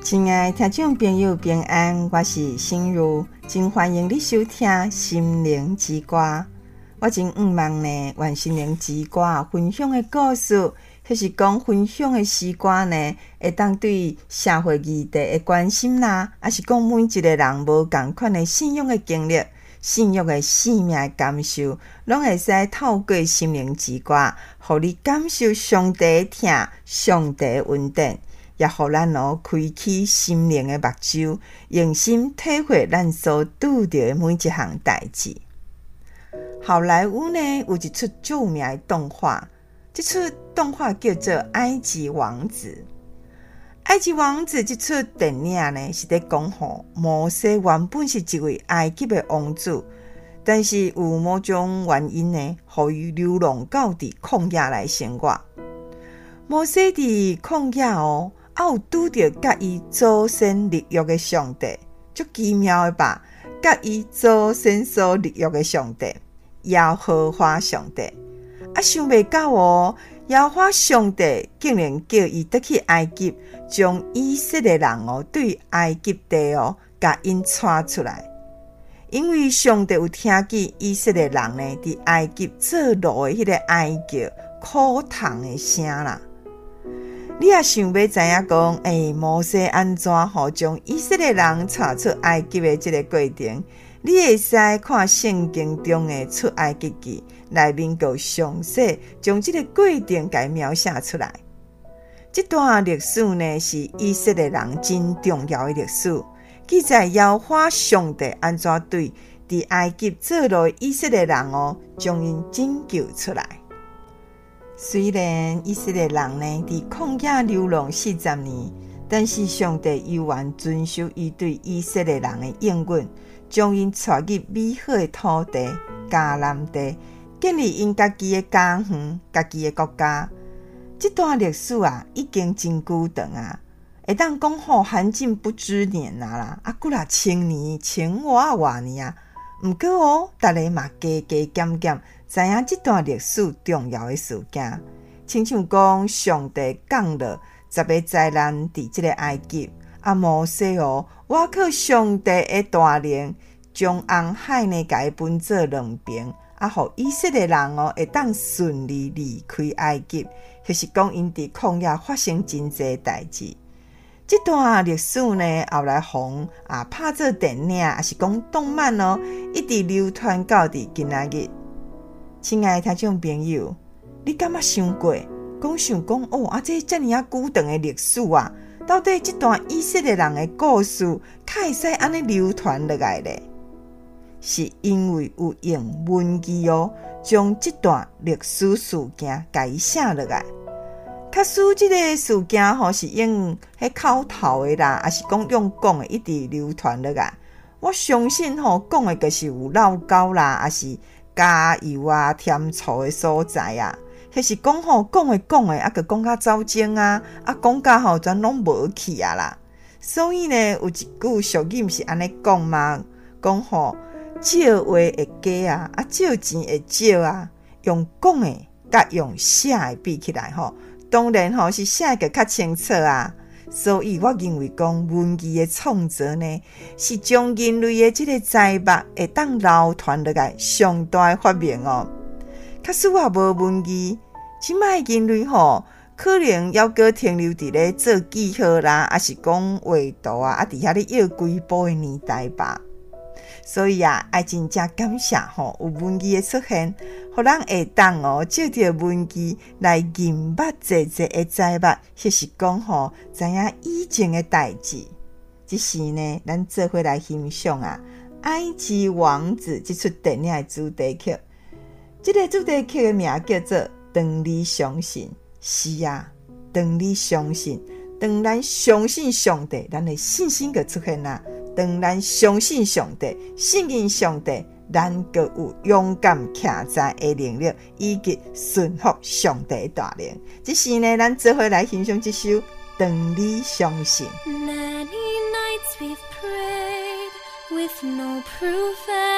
亲爱的听众朋友平安，我是心如，真欢迎你收听心灵之歌。我真盼望呢，愿心灵之歌分享的故事，迄是讲分享的诗歌呢，会当对社会议题的关心啦，还是讲每一个人无同款的信仰的经历、信仰的生命的感受，拢会使透过心灵之歌，互你感受上帝的疼、上帝的恩典。也互咱开启心灵的目睭，用心体会咱所拄到的每一项代志。好莱坞呢有一出著名的动画，这出动画叫做《埃及王子》。《埃及王子》这出电影呢是在讲摩西原本是一位埃及的王子，但是有某种原因呢，互伊流浪到伫旷野来生活。摩西伫旷野有拄着甲伊祖先立约的上帝，足奇妙的吧？甲伊祖先所立约的上帝，耶和华上帝。想袂到耶和华上帝竟然叫伊得去埃及，将以色列人对埃及地甲因带出来。因为上帝有听见以色列人呢伫埃及做奴的迄个哀叫、苦痛的声啦。你也想要知影讲，摩西安怎将以色列人带出埃及的这个过程？你会使看圣经中的出埃及记，内面够详细将这个过程给描写出来。这段历史呢，是以色列人真重要的历史，记载耶和华上帝安怎对伫埃及做奴的以色列人将因拯救出来。虽然以色列人呢伫旷野流浪40年，但是上帝依然遵守伊对以色列人的应允，将因带入美好的土地迦南地，建立因家己的家园、家己的国家。这段历史已经真久长会当讲罕见不知年啦，还啦千年、千外年毋过大家嘛加减减。知影这段历史重要的事件，亲像讲上帝降落10个灾难伫这个埃及，摩西我靠上帝的大能，将红海呢甲分做两边，互以色列人会当顺利离开埃及，就是讲因伫旷野发生真济代志。这段历史呢，后来红拍做电影，也是讲动漫一直流传到伫今仔日。亲爱的听众朋友，你敢捌想过想讲这遮尔久长的历史到底这段以色列人的故事较会使安尼流传落来呢？是因为有用文字将这段历史事件给写落来。假使这个事件是用迄口头的啦，还是讲用讲的一直流传落来，我相信讲的就是有老高啦，还是加油添醋的所在迄是讲讲的就讲到走精讲到全拢无去啦。所以呢，有一句俗语是安尼讲嘛，讲少话会假少钱会少用讲的甲用写的比起来当然是写的较清楚所以我认为讲文字的创造呢，是将人类的这个财物会当流传落来上大的发明假使无文字，即摆人类可能还阁停留伫咧做记号啦，还是讲画图伫遐咧摇规步的年代吧。所以爱真正感谢有文字的出现，互咱会当借着文字来认捌济的财物，迄是讲知影以前的代志。即时呢，咱做伙来欣赏《埃及王子》这出电影的主题曲。这个主题曲的名叫做《当你相信》。是当你相信，当咱相信上帝，咱的信心就出现当咱相信上帝，信任上帝，咱就有勇敢徛在的能力，以及顺服上帝的大能。这时呢，咱做伙来欣赏这首《当你相信》。 Many nights we've prayed with no proof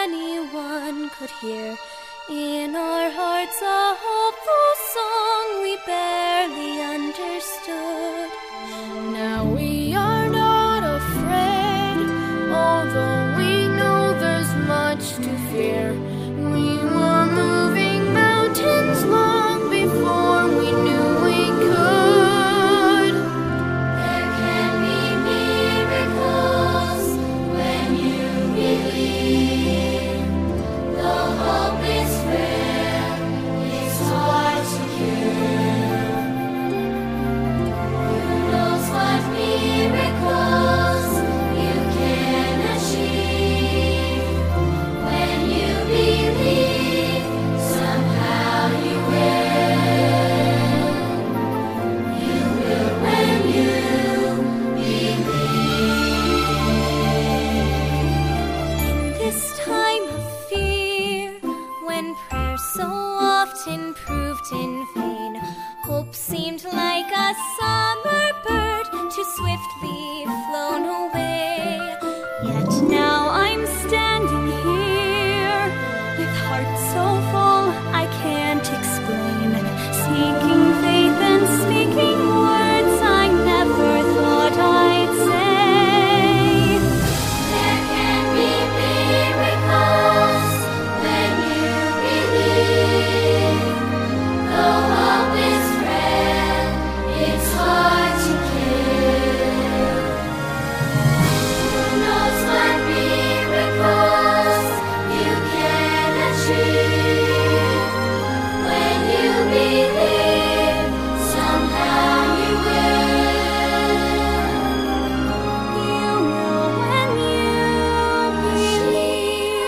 anyone could hear. In our hearts a hopeful song we barely understood. Now we are no prayer so often proved in vain. Hope seemed like a summer bird too swiftly flown away. Yet now I'm standing here with heart so full I can't explain, seeking faith and speaking words I never thought I'd say. There can be miracles when you believe. Though hope is frail, it's hard to give. Who knows what miracles you can achieve? When you believe, somehow you will. You will when you believe.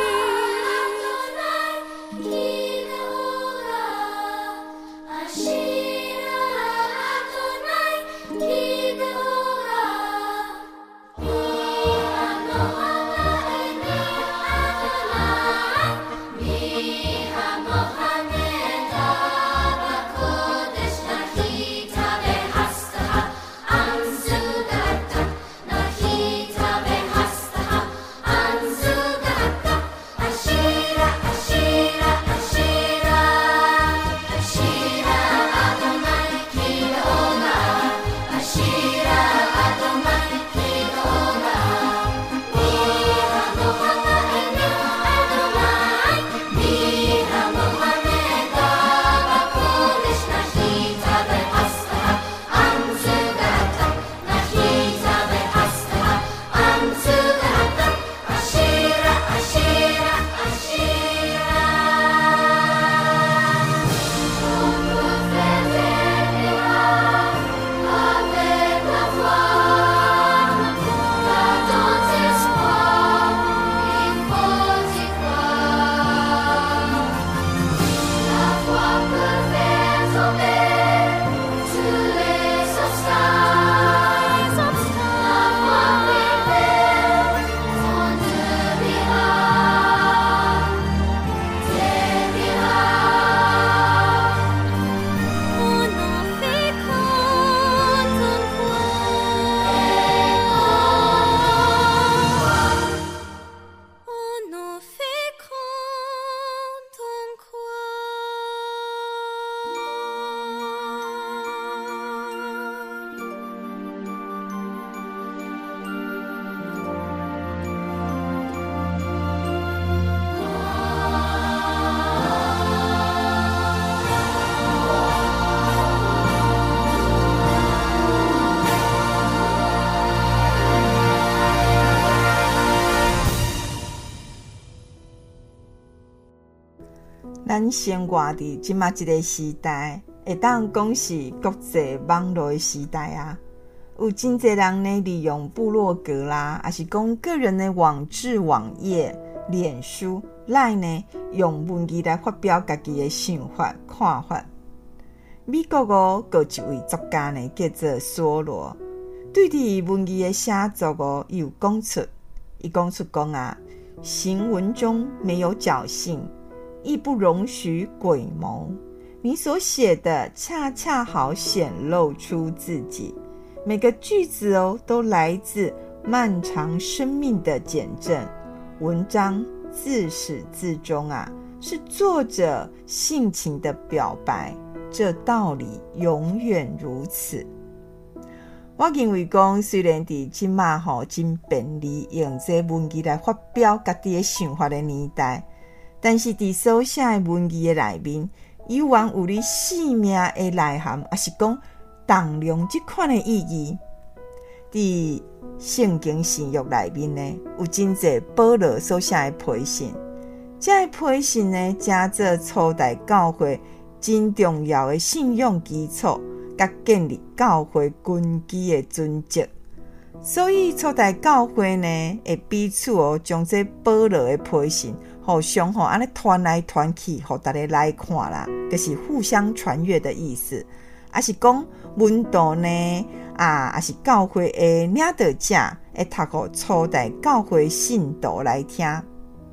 咱生活伫即马一个时代，会当讲是国际网络的时代啊。有真侪人呢，利用部落格啦，还是讲个人的网志、网页、脸书、LINE 呢，用文字来发表家己的想法、看法。美国有一位作家呢，叫做梭罗，对伫文字的写作有讲出，伊讲出讲啊，行文中没有侥幸，亦不容许诡谋。你所写的恰恰好显露出自己，每个句子都来自漫长生命的见证。文章自始至终啊，是作者性情的表白，这道理永远如此。我认为讲，虽然伫即马真便利用这文字来发表家己的想法的年代，但是伫所写的文字的内面，依然有你生命的内涵，也是讲重量这款的意义。伫圣经新约内面呢，有真侪保罗所写的批信，这批信呢，加做初代教会真重要的信仰基础，甲建立教会根基的准则。所以初代教会呢，会彼此将这保罗的批信互相安尼传来传去，互大家来看啦，就是互相传阅的意思。也是讲文道呢，也是教会的领导者会读互初代教会信徒来听。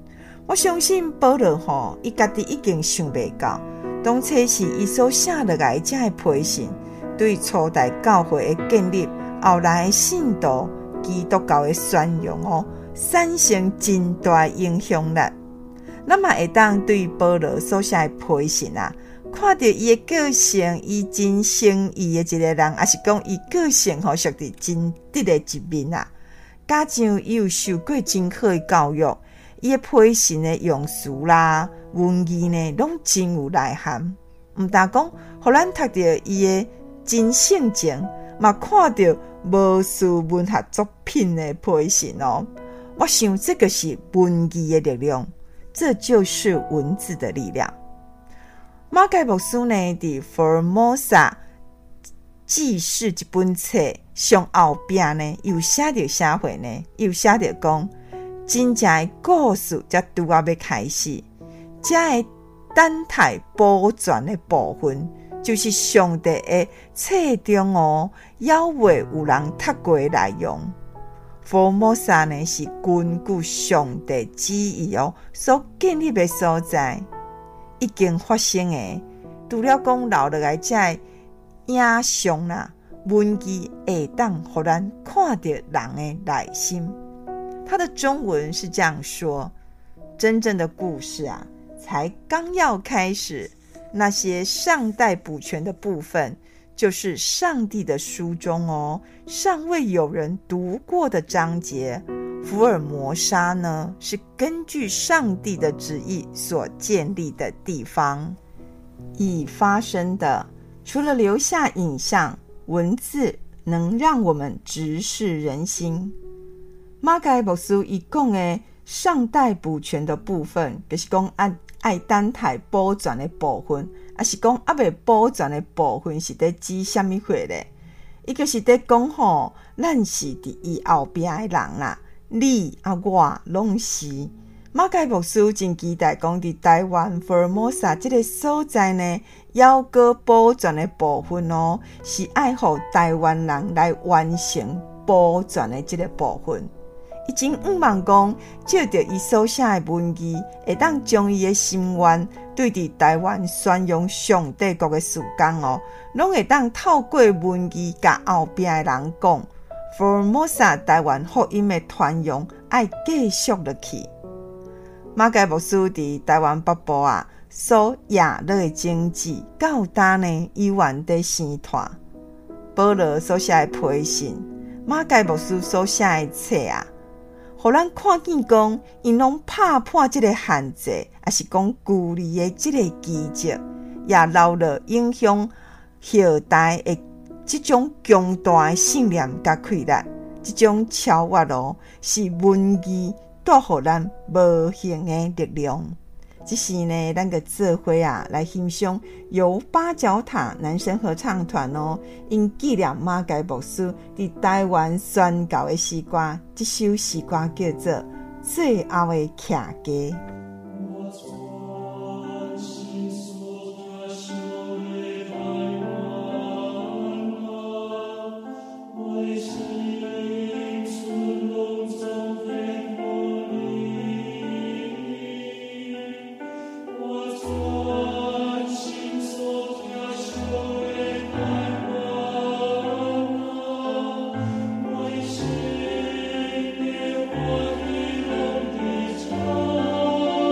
我相信保罗伊家己已经想不到，当初是伊所写落来这的批信，对初代教会的建立、后来的信徒、基督教的宣扬产生真大影响力。咱嘛会当对保罗所写的批信看到伊的个性，伊真诚意的一个人，还是讲伊个性属于真直的一面加上伊有受过真好的教育，伊的批信的用词啦、文字呢，拢真有内涵。毋但讲，互咱读到伊的真性情，嘛看到无数文学作品的批信我想这个是文字的力量，这就是文字的力量。马盖牧师呢，伫《福尔摩沙记事》这本册上后边呢，有写着社会呢，有写着讲，真正的故事才拄要开始。这个等待保全的部分，就是上帝的册中要为有人读过的内容。福尔摩沙呢，是根据上帝旨意所建立的所在。已经发生的，除了讲留落来这影像文字会当互咱看到人的内心。他的中文是这样说：真正的故事才刚要开始，那些尚待补全的部分，就是上帝的书中尚未有人读过的章节。福尔摩沙呢，是根据上帝的旨意所建立的地方。已发生的，除了留下影像，文字能让我们直视人心。马盖牧师伊讲的尚待补全的部分，就是讲爱等待保全的部分，还是讲未保全的部分是在指什么货呢？伊就是在讲咱是伫伊后边的人你我拢是。马盖牧师真期待讲伫台湾福尔摩沙这个所在呢，要个保全的部分是爱互台湾人来完成保全的这个部分。已经望讲借着伊所写的文字，会当将伊的心愿对伫台湾宣扬上帝国的事工拢会当透过文字甲后边的人讲。福尔摩沙台湾福音的传扬要继续落去。马盖牧师伫台湾北部所野落的政治到今呢，依然在生拖。保罗所写的批信，马盖牧师所写的册互咱看见讲，因拢拍破这个限制，还是讲距离的这个奇迹，也留了影响后代的这种强大的信念甲气力，这种超越是文字带予咱无形的力量。这时呢，咱个做伙来欣赏由八角塔男声合唱团因纪念马盖牧师伫台湾宣教的诗歌。这首诗歌叫做《最后的徛家》。 我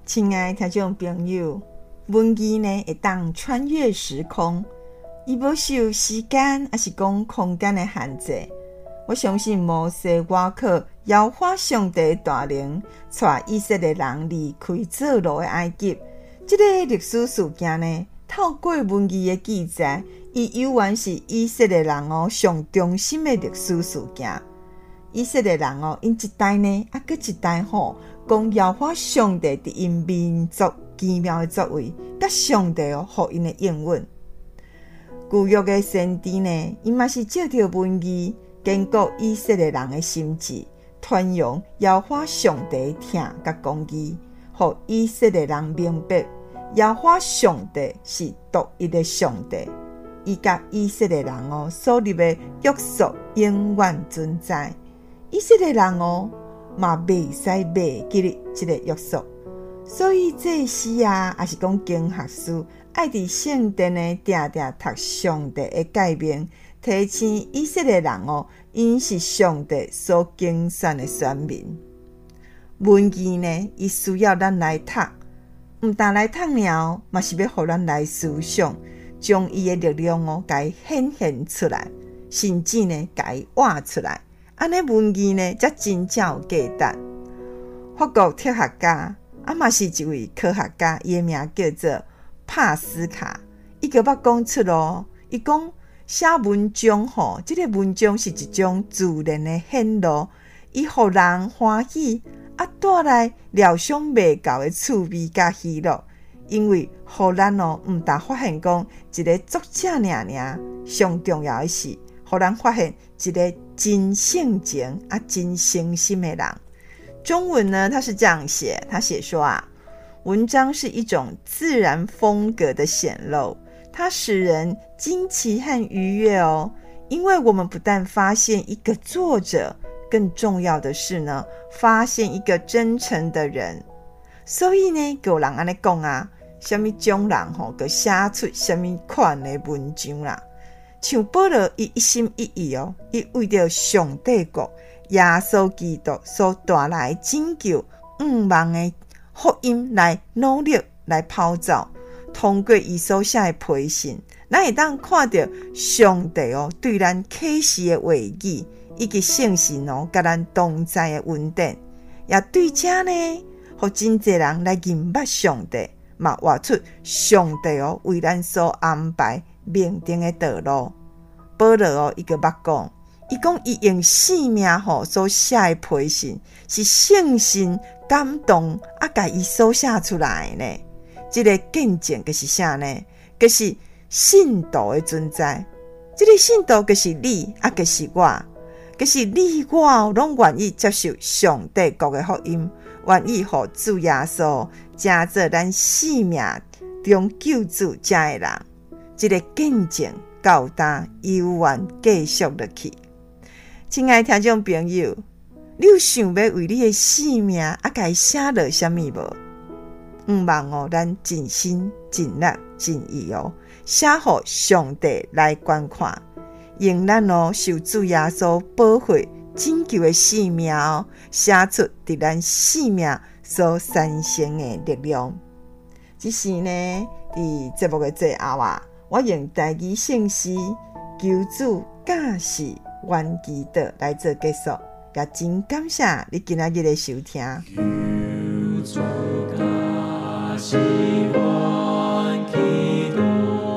亲爱的听众朋友，文字呢会当穿越时空，伊无受时间还是讲空间的限制。我相信摩西外靠摇花上帝的大能，带以色列人离开做奴的埃及。这个历史事件呢，透过文字的记载，伊有原是以色列人上中心的历史事件。以色列人因一代呢，搁一代讲耶和华上帝伫因民族奇妙的作为，甲上帝互因的应允。旧约的先知呢，伊嘛是照着文字坚固以色列人的心智，传扬耶和华上帝的疼甲公义，互以色列人明白耶和华上帝是独一的上帝，伊甲以色列人所立的约束永远存在。以色列人嘛袂使袂记哩这个约束，所以祭司啊，也是讲经学师，爱伫圣殿呢，定定读上帝的诫命，提醒以色列人因是上帝所拣选的选民。文字呢，伊需要咱来读，毋但来读了，嘛是要互咱来思想，将伊的力量甲伊显现出来，甚至呢，甲伊画出来。安尼文字呢，才真正有价值。法国哲学家嘛是一位科学家，伊的名叫做帕斯卡。伊就捌讲出伊讲写文章这个文章是一种自然的显露，伊互人欢喜，带来料想未到的趣味甲喜乐。因为互咱毋但发现讲一个作者尔，上重要的是，互咱发现一个真性情真诚心的人。中文呢，他是这样写，他写说文章是一种自然风格的显露，它使人惊奇和愉悦因为我们不但发现一个作者，更重要的是呢，发现一个真诚的人。所以呢，有人这样讲什么种人就写出什么款的文章啦。像保罗伊一心一意伊为着上帝国耶稣基督所带来拯救5万的福音来努力来跑走。通过伊所写的批信，咱会当看到上帝对咱启示的话语，以及圣神甲咱同在的恩典，也对这呢，互真侪人来认捌上帝，嘛活出上帝为咱所安排命定的道路。保罗伊个捌讲，伊讲伊用性命所写的批信，是圣神感动甲伊所写出来的呢。这个见证就是啥呢？就是信徒的存在。这个信徒就是你，就是我，就是你我拢愿意接受上帝国的福音，愿意互主耶稣加做咱生命中救主这的人。这个见证到达永远继续落去。亲爱的听众朋友，你有想要为你的生命甲伊写落什么无？毋茫咱尽心尽力尽意写互上帝来观看，用咱受主耶稣保护拯救的生命写出伫咱生命所产生的力量。这是呢，伫节目的最后我用台语圣诗求主驾驶原基督来做结束，也真感谢你今仔日的收听。求主驾驶原基督，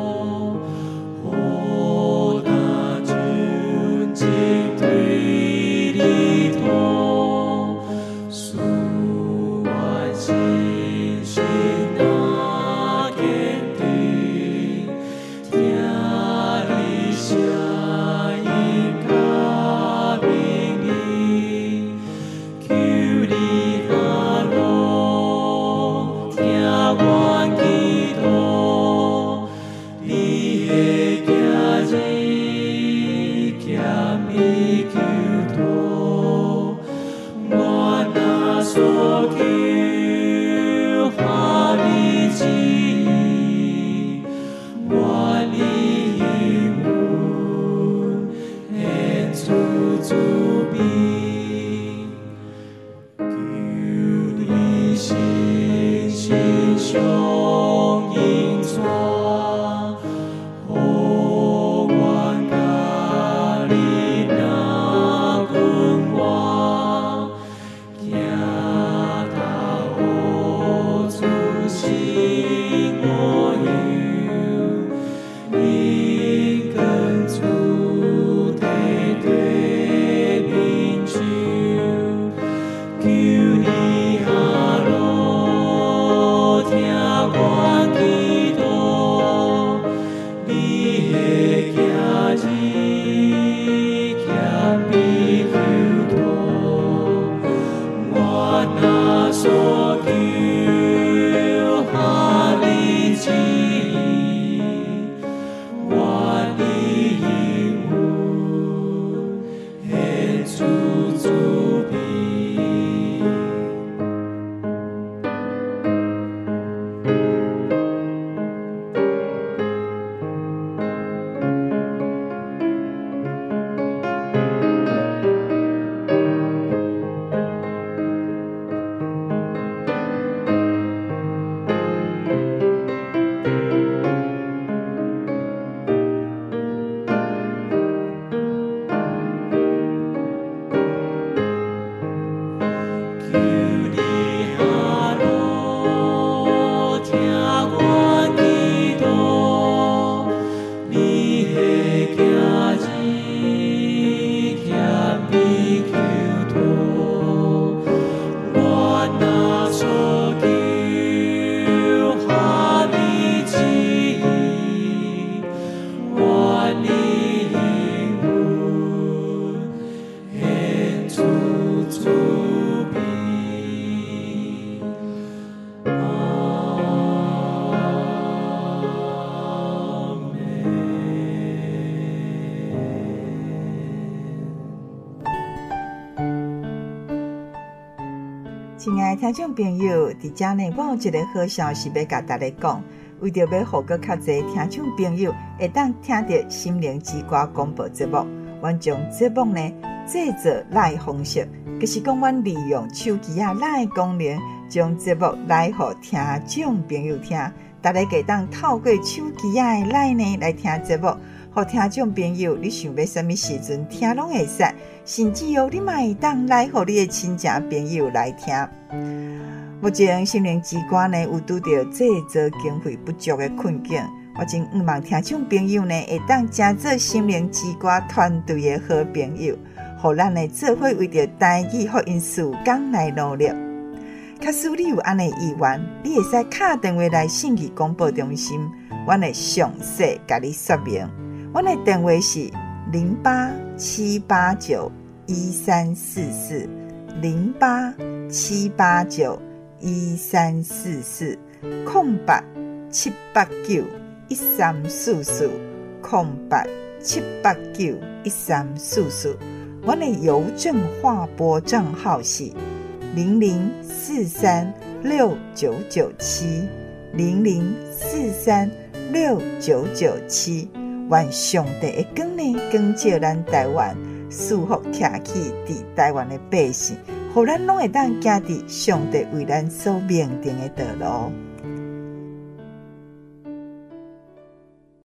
互咱纯净对你托，使我心心那坚定，听你声音甲命令，求你阿罗听我。 亲爱的听众朋友，伫遮呢，我有一个好消息要甲大家讲。为着要互个较侪听众朋友会当听到心灵之歌广播节目，阮将节目呢制作来方式，就是讲阮利用手机来功能，将节目来互听众朋友听。大家可当透过手机来呢来听节目，互听众朋友你想要什么时阵听拢会使，甚至你嘛会当来互你的亲戚朋友来听。目前心灵之歌呢有拄到制作经费不足的困境，我真希望听众朋友呢会当加做心灵之歌团队的好朋友，互咱呢做伙为着台语福音事工来努力。假使你有安尼意愿，你会使打电话来信义广播中心，阮会详细甲你说明。阮的电话是0878913440，0878913440，空白7891344，0878913440。阮的邮政划拨账号是00436997，00436997。愿上帝的光呢，光照咱台湾，祝福徛起伫台湾的百姓，互咱拢会当行伫上帝为咱所命定的道路。